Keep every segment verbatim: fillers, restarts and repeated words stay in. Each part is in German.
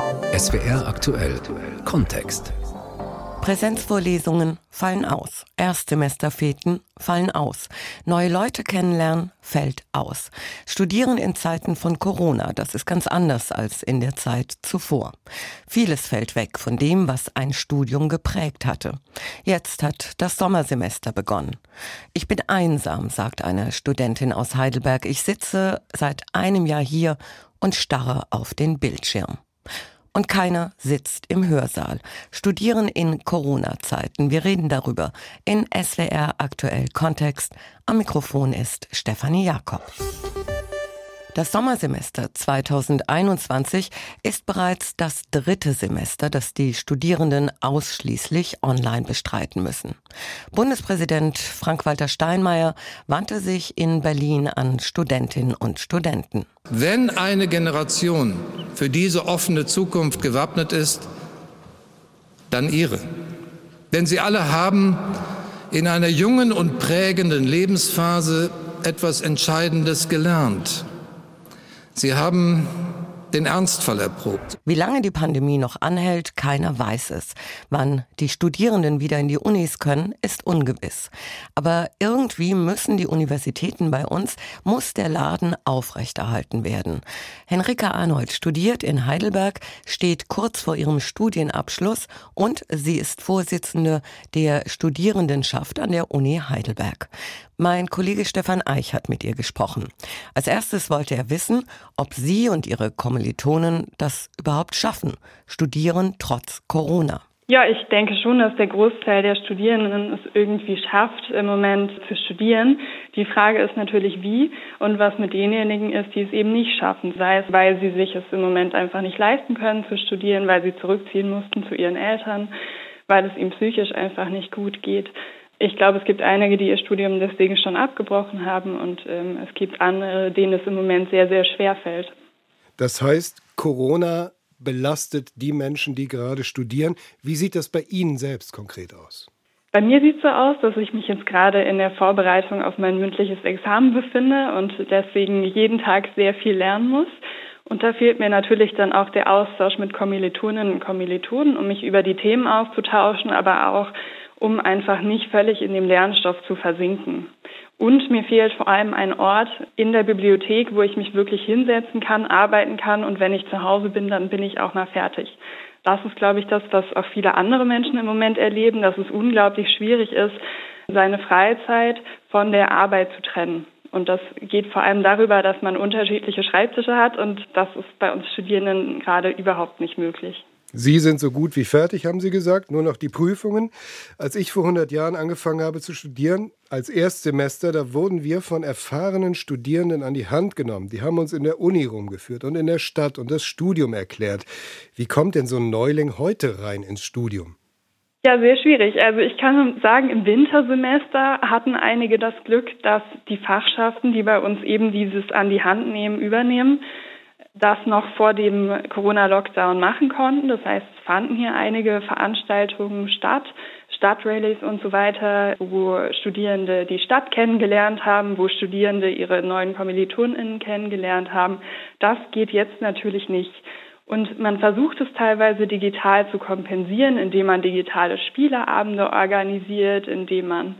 S W R aktuell Kontext. Präsenzvorlesungen fallen aus. Erstsemesterfeten fallen aus. Neue Leute kennenlernen fällt aus. Studieren in Zeiten von Corona, das ist ganz anders als in der Zeit zuvor. Vieles fällt weg von dem, was ein Studium geprägt hatte. Jetzt hat das Sommersemester begonnen. Ich bin einsam, sagt eine Studentin aus Heidelberg. Ich sitze seit einem Jahr hier und starre auf den Bildschirm. Und keiner sitzt im Hörsaal. Studieren in Corona-Zeiten. Wir reden darüber in S W R aktuell Kontext. Am Mikrofon ist Stefanie Jakob. Das Sommersemester zweitausendeinundzwanzig ist bereits das dritte Semester, das die Studierenden ausschließlich online bestreiten müssen. Bundespräsident Frank-Walter Steinmeier wandte sich in Berlin an Studentinnen und Studenten. Wenn eine Generation für diese offene Zukunft gewappnet ist, dann ihre. Denn sie alle haben in einer jungen und prägenden Lebensphase etwas Entscheidendes gelernt. Sie haben den Ernstfall erprobt. Wie lange die Pandemie noch anhält, keiner weiß es. Wann die Studierenden wieder in die Unis können, ist ungewiss. Aber irgendwie müssen die Universitäten bei uns, muss der Laden aufrechterhalten werden. Henrika Arnold studiert in Heidelberg, steht kurz vor ihrem Studienabschluss und sie ist Vorsitzende der Studierendenschaft an der Uni Heidelberg. Mein Kollege Stefan Eich hat mit ihr gesprochen. Als erstes wollte er wissen, ob sie und ihre Kommilitonen das überhaupt schaffen, studieren trotz Corona. Ja, ich denke schon, dass der Großteil der Studierenden es irgendwie schafft, im Moment zu studieren. Die Frage ist natürlich, wie und was mit denjenigen ist, die es eben nicht schaffen. Sei es, weil sie sich es im Moment einfach nicht leisten können zu studieren, weil sie zurückziehen mussten zu ihren Eltern, weil es ihnen psychisch einfach nicht gut geht. Ich glaube, es gibt einige, die ihr Studium deswegen schon abgebrochen haben und ähm, es gibt andere, denen es im Moment sehr, sehr schwer fällt. Das heißt, Corona belastet die Menschen, die gerade studieren. Wie sieht das bei Ihnen selbst konkret aus? Bei mir sieht es so aus, dass ich mich jetzt gerade in der Vorbereitung auf mein mündliches Examen befinde und deswegen jeden Tag sehr viel lernen muss. Und da fehlt mir natürlich dann auch der Austausch mit Kommilitoninnen und Kommilitonen, um mich über die Themen auszutauschen, aber auch um einfach nicht völlig in dem Lernstoff zu versinken. Und mir fehlt vor allem ein Ort in der Bibliothek, wo ich mich wirklich hinsetzen kann, arbeiten kann und wenn ich zu Hause bin, dann bin ich auch mal fertig. Das ist, glaube ich, das, was auch viele andere Menschen im Moment erleben, dass es unglaublich schwierig ist, seine Freizeit von der Arbeit zu trennen. Und das geht vor allem darüber, dass man unterschiedliche Schreibtische hat und das ist bei uns Studierenden gerade überhaupt nicht möglich. Sie sind so gut wie fertig, haben Sie gesagt, nur noch die Prüfungen. Als ich vor hundert Jahren angefangen habe zu studieren, als Erstsemester, da wurden wir von erfahrenen Studierenden an die Hand genommen. Die haben uns in der Uni rumgeführt und in der Stadt und das Studium erklärt. Wie kommt denn so ein Neuling heute rein ins Studium? Ja, sehr schwierig. Also ich kann sagen, im Wintersemester hatten einige das Glück, dass die Fachschaften, die bei uns eben dieses an die Hand nehmen, übernehmen, das noch vor dem Corona-Lockdown machen konnten. Das heißt, es fanden hier einige Veranstaltungen statt, Stadtrallies und so weiter, wo Studierende die Stadt kennengelernt haben, wo Studierende ihre neuen KommilitonInnen kennengelernt haben. Das geht jetzt natürlich nicht. Und man versucht es teilweise digital zu kompensieren, indem man digitale Spieleabende organisiert, indem man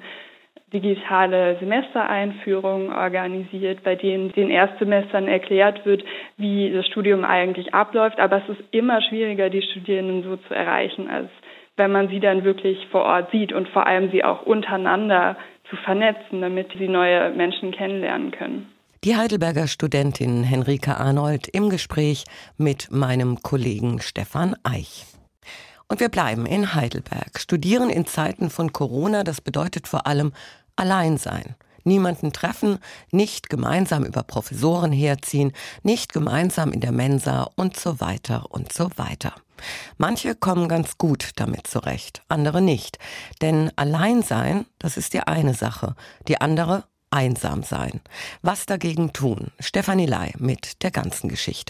digitale Semestereinführungen organisiert, bei denen den Erstsemestern erklärt wird, wie das Studium eigentlich abläuft. Aber es ist immer schwieriger, die Studierenden so zu erreichen, als wenn man sie dann wirklich vor Ort sieht und vor allem sie auch untereinander zu vernetzen, damit sie neue Menschen kennenlernen können. Die Heidelberger Studentin Henrika Arnold im Gespräch mit meinem Kollegen Stefan Eich. Und wir bleiben in Heidelberg. Studieren in Zeiten von Corona, das bedeutet vor allem allein sein. Niemanden treffen, nicht gemeinsam über Professoren herziehen, nicht gemeinsam in der Mensa und so weiter und so weiter. Manche kommen ganz gut damit zurecht, andere nicht. Denn allein sein, das ist die eine Sache, die andere einsam sein. Was dagegen tun? Stefanie Lai mit der ganzen Geschichte.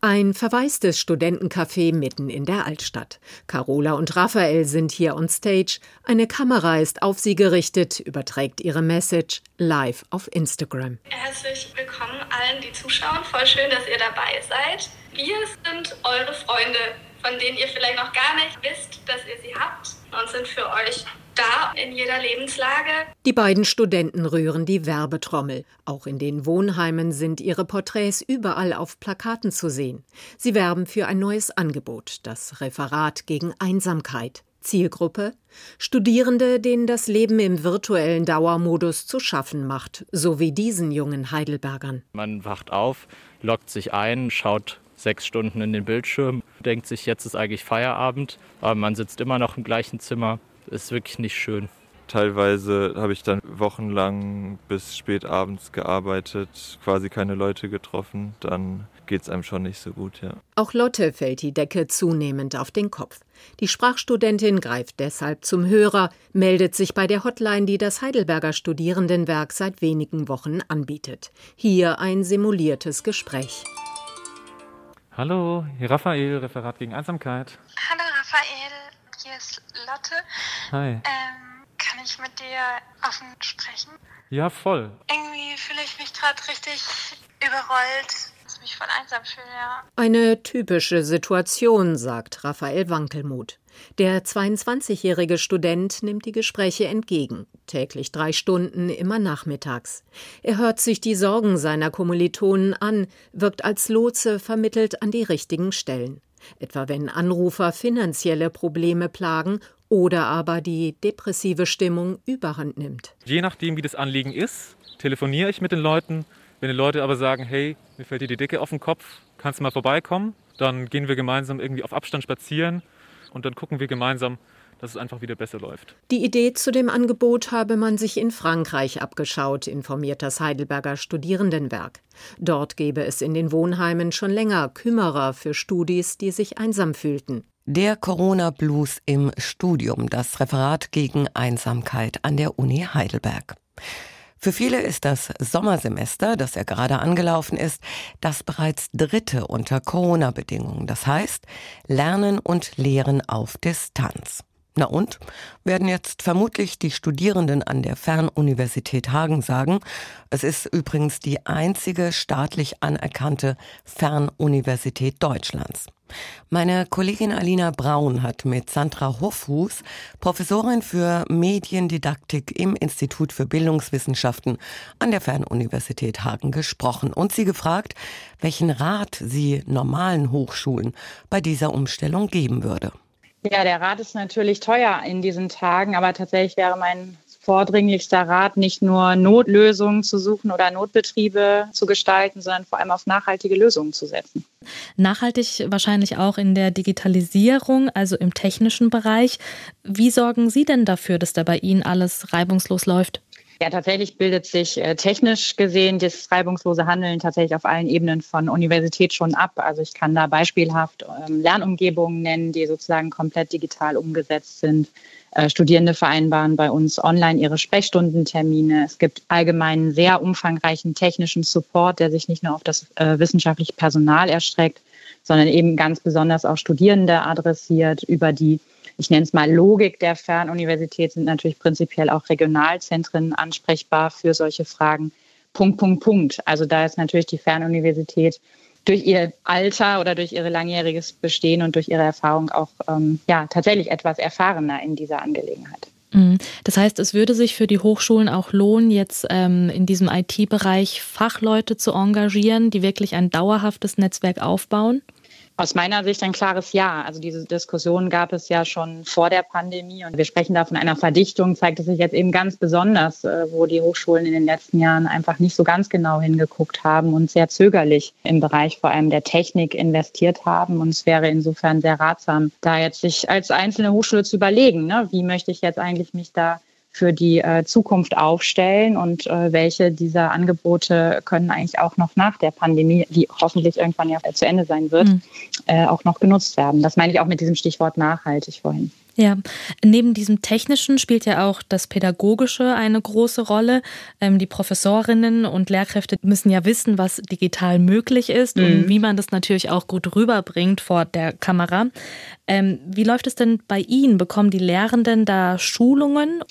Ein verwaistes Studentencafé mitten in der Altstadt. Carola und Raphael sind hier on stage. Eine Kamera ist auf sie gerichtet, überträgt ihre Message live auf Instagram. Herzlich willkommen allen, die zuschauen. Voll schön, dass ihr dabei seid. Wir sind eure Freunde, von denen ihr vielleicht noch gar nicht wisst, dass ihr sie habt, und sind für euch da in jeder Lebenslage. Die beiden Studenten rühren die Werbetrommel. Auch in den Wohnheimen sind ihre Porträts überall auf Plakaten zu sehen. Sie werben für ein neues Angebot, das Referat gegen Einsamkeit. Zielgruppe: Studierende, denen das Leben im virtuellen Dauermodus zu schaffen macht, so wie diesen jungen Heidelbergern. Man wacht auf, loggt sich ein, schaut sechs Stunden in den Bildschirm, denkt sich, jetzt ist eigentlich Feierabend, aber man sitzt immer noch im gleichen Zimmer. Ist wirklich nicht schön. Teilweise habe ich dann wochenlang bis spät abends gearbeitet, quasi keine Leute getroffen. Dann geht es einem schon nicht so gut, ja. Auch Lotte fällt die Decke zunehmend auf den Kopf. Die Sprachstudentin greift deshalb zum Hörer, meldet sich bei der Hotline, die das Heidelberger Studierendenwerk seit wenigen Wochen anbietet. Hier ein simuliertes Gespräch. Hallo, hier Raphael, Referat gegen Einsamkeit. Hallo Raphael, hier ist Lotte. Hi. Ähm, kann ich mit dir offen sprechen? Ja, voll. Irgendwie fühle ich mich gerade richtig überrollt, dass ich mich voll einsam fühle, ja. Eine typische Situation, sagt Raphael Wankelmuth. Der zweiundzwanzigjährige Student nimmt die Gespräche entgegen, täglich drei Stunden, immer nachmittags. Er hört sich die Sorgen seiner Kommilitonen an, wirkt als Lotse, vermittelt an die richtigen Stellen. Etwa wenn Anrufer finanzielle Probleme plagen oder aber die depressive Stimmung überhand nimmt. Je nachdem, wie das Anliegen ist, telefoniere ich mit den Leuten. Wenn die Leute aber sagen, hey, mir fällt dir die Decke auf den Kopf, kannst du mal vorbeikommen? Dann gehen wir gemeinsam irgendwie auf Abstand spazieren und dann gucken wir gemeinsam, dass es einfach wieder besser läuft. Die Idee zu dem Angebot habe man sich in Frankreich abgeschaut, informiert das Heidelberger Studierendenwerk. Dort gäbe es in den Wohnheimen schon länger Kümmerer für Studis, die sich einsam fühlten. Der Corona-Blues im Studium, das Referat gegen Einsamkeit an der Uni Heidelberg. Für viele ist das Sommersemester, das ja gerade angelaufen ist, das bereits dritte unter Corona-Bedingungen. Das heißt, Lernen und Lehren auf Distanz. Na und? Werden jetzt vermutlich die Studierenden an der Fernuniversität Hagen sagen. Es ist übrigens die einzige staatlich anerkannte Fernuniversität Deutschlands. Meine Kollegin Alina Braun hat mit Sandra Hofhuß, Professorin für Mediendidaktik im Institut für Bildungswissenschaften an der Fernuniversität Hagen, gesprochen und sie gefragt, welchen Rat sie normalen Hochschulen bei dieser Umstellung geben würde. Ja, der Rat ist natürlich teuer in diesen Tagen, aber tatsächlich wäre mein vordringlichster Rat, nicht nur Notlösungen zu suchen oder Notbetriebe zu gestalten, sondern vor allem auf nachhaltige Lösungen zu setzen. Nachhaltig wahrscheinlich auch in der Digitalisierung, also im technischen Bereich. Wie sorgen Sie denn dafür, dass da bei Ihnen alles reibungslos läuft? Ja, tatsächlich bildet sich äh, technisch gesehen das reibungslose Handeln tatsächlich auf allen Ebenen von Universität schon ab. Also ich kann da beispielhaft ähm, Lernumgebungen nennen, die sozusagen komplett digital umgesetzt sind. Äh, Studierende vereinbaren bei uns online ihre Sprechstundentermine. Es gibt allgemeinen sehr umfangreichen technischen Support, der sich nicht nur auf das äh, wissenschaftliche Personal erstreckt, sondern eben ganz besonders auch Studierende adressiert. Über die, ich nenne es mal Logik der Fernuniversität, sind natürlich prinzipiell auch Regionalzentren ansprechbar für solche Fragen. Punkt, Punkt, Punkt. Also da ist natürlich die Fernuniversität durch ihr Alter oder durch ihr langjähriges Bestehen und durch ihre Erfahrung auch ähm, ja, tatsächlich etwas erfahrener in dieser Angelegenheit. Das heißt, es würde sich für die Hochschulen auch lohnen, jetzt ähm, in diesem I T-Bereich Fachleute zu engagieren, die wirklich ein dauerhaftes Netzwerk aufbauen? Aus meiner Sicht ein klares Ja. Also diese Diskussion gab es ja schon vor der Pandemie und wir sprechen da von einer Verdichtung, zeigt es sich jetzt eben ganz besonders, wo die Hochschulen in den letzten Jahren einfach nicht so ganz genau hingeguckt haben und sehr zögerlich im Bereich vor allem der Technik investiert haben. Und es wäre insofern sehr ratsam, da jetzt sich als einzelne Hochschule zu überlegen, ne, wie möchte ich jetzt eigentlich mich da für die äh, Zukunft aufstellen und äh, welche dieser Angebote können eigentlich auch noch nach der Pandemie, die hoffentlich irgendwann ja zu Ende sein wird, mhm. äh, auch noch genutzt werden. Das meine ich auch mit diesem Stichwort nachhaltig vorhin. Ja, neben diesem Technischen spielt ja auch das Pädagogische eine große Rolle. Ähm, die Professorinnen und Lehrkräfte müssen ja wissen, was digital möglich ist mhm. und wie man das natürlich auch gut rüberbringt vor der Kamera. Ähm, wie läuft es denn bei Ihnen? Bekommen die Lehrenden da Schulungen?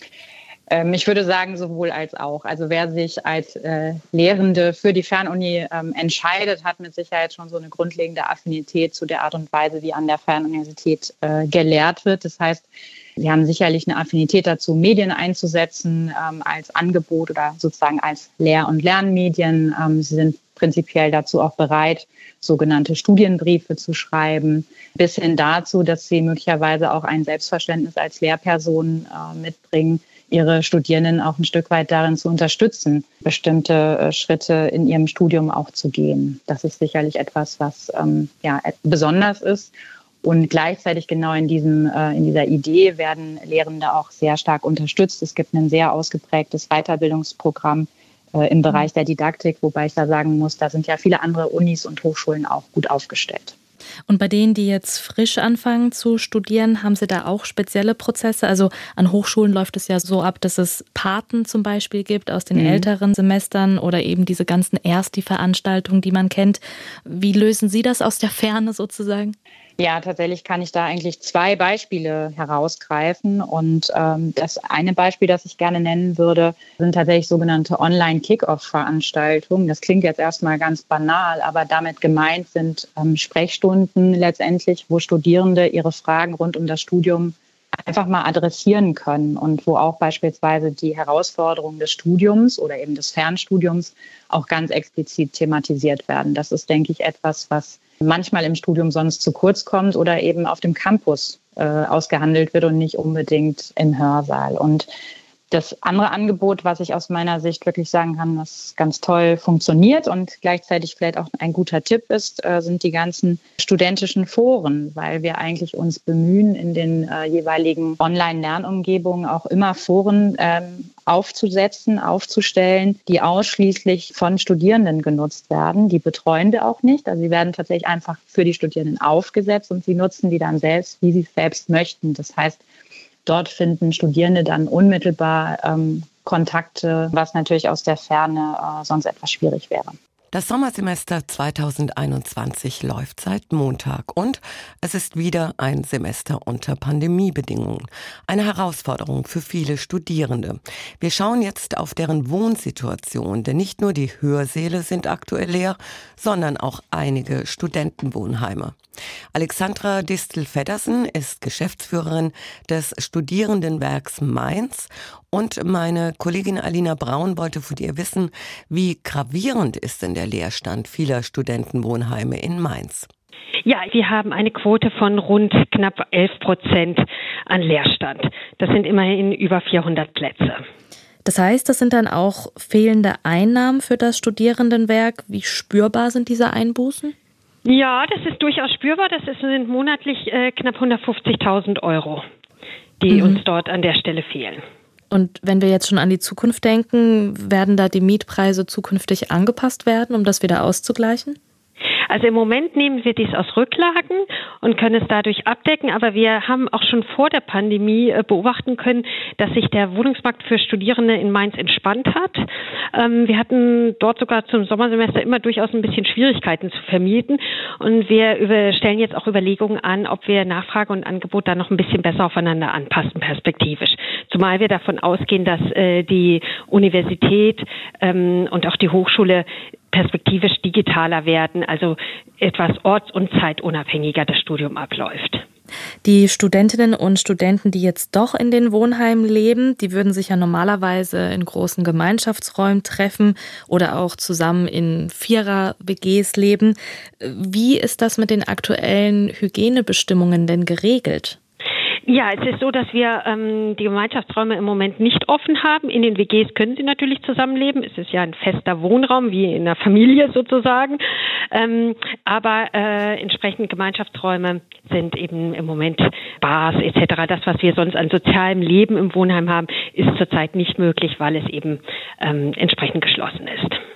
Ich würde sagen, sowohl als auch. Also wer sich als äh, Lehrende für die Fernuni ähm, entscheidet, hat mit Sicherheit schon so eine grundlegende Affinität zu der Art und Weise, wie an der Fernuniversität äh, gelehrt wird. Das heißt, sie haben sicherlich eine Affinität dazu, Medien einzusetzen ähm, als Angebot oder sozusagen als Lehr- und Lernmedien. Ähm, sie sind prinzipiell dazu auch bereit, sogenannte Studienbriefe zu schreiben, bis hin dazu, dass sie möglicherweise auch ein Selbstverständnis als Lehrperson äh, mitbringen, ihre Studierenden auch ein Stück weit darin zu unterstützen, bestimmte äh, Schritte in ihrem Studium auch zu gehen. Das ist sicherlich etwas, was ähm, ja, besonders ist. Und gleichzeitig genau in, diesem, äh, in dieser Idee werden Lehrende auch sehr stark unterstützt. Es gibt ein sehr ausgeprägtes Weiterbildungsprogramm äh, im Bereich der Didaktik, wobei ich da sagen muss, da sind ja viele andere Unis und Hochschulen auch gut aufgestellt. Und bei denen, die jetzt frisch anfangen zu studieren, haben Sie da auch spezielle Prozesse? Also an Hochschulen läuft es ja so ab, dass es Paten zum Beispiel gibt aus den mhm. älteren Semestern oder eben diese ganzen Ersti-Veranstaltungen, die man kennt. Wie lösen Sie das aus der Ferne sozusagen? Ja, tatsächlich kann ich da eigentlich zwei Beispiele herausgreifen. Und ähm, das eine Beispiel, das ich gerne nennen würde, sind tatsächlich sogenannte Online-Kick-Off-Veranstaltungen. Das klingt jetzt erstmal ganz banal, aber damit gemeint sind ähm, Sprechstunden letztendlich, wo Studierende ihre Fragen rund um das Studium einfach mal adressieren können und wo auch beispielsweise die Herausforderungen des Studiums oder eben des Fernstudiums auch ganz explizit thematisiert werden. Das ist, denke ich, etwas, was manchmal im Studium sonst zu kurz kommt oder eben auf dem Campus äh, ausgehandelt wird und nicht unbedingt im Hörsaal. Und das andere Angebot, was ich aus meiner Sicht wirklich sagen kann, was ganz toll funktioniert und gleichzeitig vielleicht auch ein guter Tipp ist, äh, sind die ganzen studentischen Foren, weil wir eigentlich uns bemühen, in den äh, jeweiligen Online-Lernumgebungen auch immer Foren ähm, aufzusetzen, aufzustellen, die ausschließlich von Studierenden genutzt werden. Die betreuen wir auch nicht. Also sie werden tatsächlich einfach für die Studierenden aufgesetzt und sie nutzen die dann selbst, wie sie es selbst möchten. Das heißt, dort finden Studierende dann unmittelbar ähm, Kontakte, was natürlich aus der Ferne äh, sonst etwas schwierig wäre. Das Sommersemester zweitausendeinundzwanzig läuft seit Montag und es ist wieder ein Semester unter Pandemiebedingungen. Eine Herausforderung für viele Studierende. Wir schauen jetzt auf deren Wohnsituation, denn nicht nur die Hörsäle sind aktuell leer, sondern auch einige Studentenwohnheime. Alexandra Distel-Feddersen ist Geschäftsführerin des Studierendenwerks Mainz und meine Kollegin Alina Braun wollte von ihr wissen, wie gravierend ist denn der Leerstand vieler Studentenwohnheime in Mainz? Ja, wir haben eine Quote von rund knapp elf Prozent an Leerstand. Das sind immerhin über vierhundert Plätze. Das heißt, das sind dann auch fehlende Einnahmen für das Studierendenwerk. Wie spürbar sind diese Einbußen? Ja, das ist durchaus spürbar. Das sind monatlich äh, knapp hundertfünfzigtausend Euro, die mhm. uns dort an der Stelle fehlen. Und wenn wir jetzt schon an die Zukunft denken, werden da die Mietpreise zukünftig angepasst werden, um das wieder auszugleichen? Also im Moment nehmen wir dies aus Rücklagen und können es dadurch abdecken, aber wir haben auch schon vor der Pandemie beobachten können, dass sich der Wohnungsmarkt für Studierende in Mainz entspannt hat. Wir hatten dort sogar zum Sommersemester immer durchaus ein bisschen Schwierigkeiten zu vermieten und wir stellen jetzt auch Überlegungen an, ob wir Nachfrage und Angebot da noch ein bisschen besser aufeinander anpassen, perspektivisch. Zumal wir davon ausgehen, dass die Universität und auch die Hochschule perspektivisch digitaler werden, also etwas orts- und zeitunabhängiger das Studium abläuft. Die Studentinnen und Studenten, die jetzt doch in den Wohnheimen leben, die würden sich ja normalerweise in großen Gemeinschaftsräumen treffen oder auch zusammen in Vierer-W Gs leben. Wie ist das mit den aktuellen Hygienebestimmungen denn geregelt? Ja, es ist so, dass wir ähm, die Gemeinschaftsräume im Moment nicht offen haben. In den W Gs können sie natürlich zusammenleben. Es ist ja ein fester Wohnraum, wie in der Familie sozusagen. Ähm, aber äh, entsprechend Gemeinschaftsräume sind eben im Moment Bars et cetera. Das, was wir sonst an sozialem Leben im Wohnheim haben, ist zurzeit nicht möglich, weil es eben ähm, entsprechend geschlossen ist.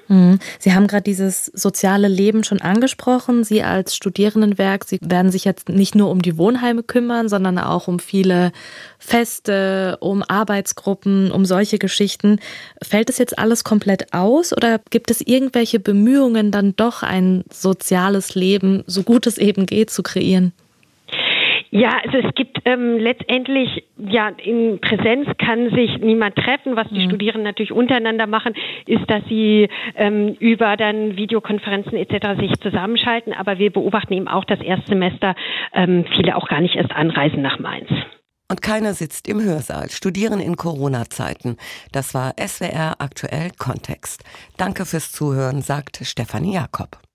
Sie haben gerade dieses soziale Leben schon angesprochen. Sie als Studierendenwerk, Sie werden sich jetzt nicht nur um die Wohnheime kümmern, sondern auch um viele Feste, um Arbeitsgruppen, um solche Geschichten. Fällt es jetzt alles komplett aus oder gibt es irgendwelche Bemühungen, dann doch ein soziales Leben, so gut es eben geht, zu kreieren? Ja, also es gibt ähm, letztendlich, ja, in Präsenz kann sich niemand treffen. Was die mhm. Studierenden natürlich untereinander machen, ist, dass sie ähm, über dann Videokonferenzen et cetera sich zusammenschalten. Aber wir beobachten eben auch das Erstsemester, ähm, viele auch gar nicht erst anreisen nach Mainz. Und keiner sitzt im Hörsaal. Studieren in Corona-Zeiten. Das war S W R aktuell Kontext. Danke fürs Zuhören, sagt Stefanie Jakob.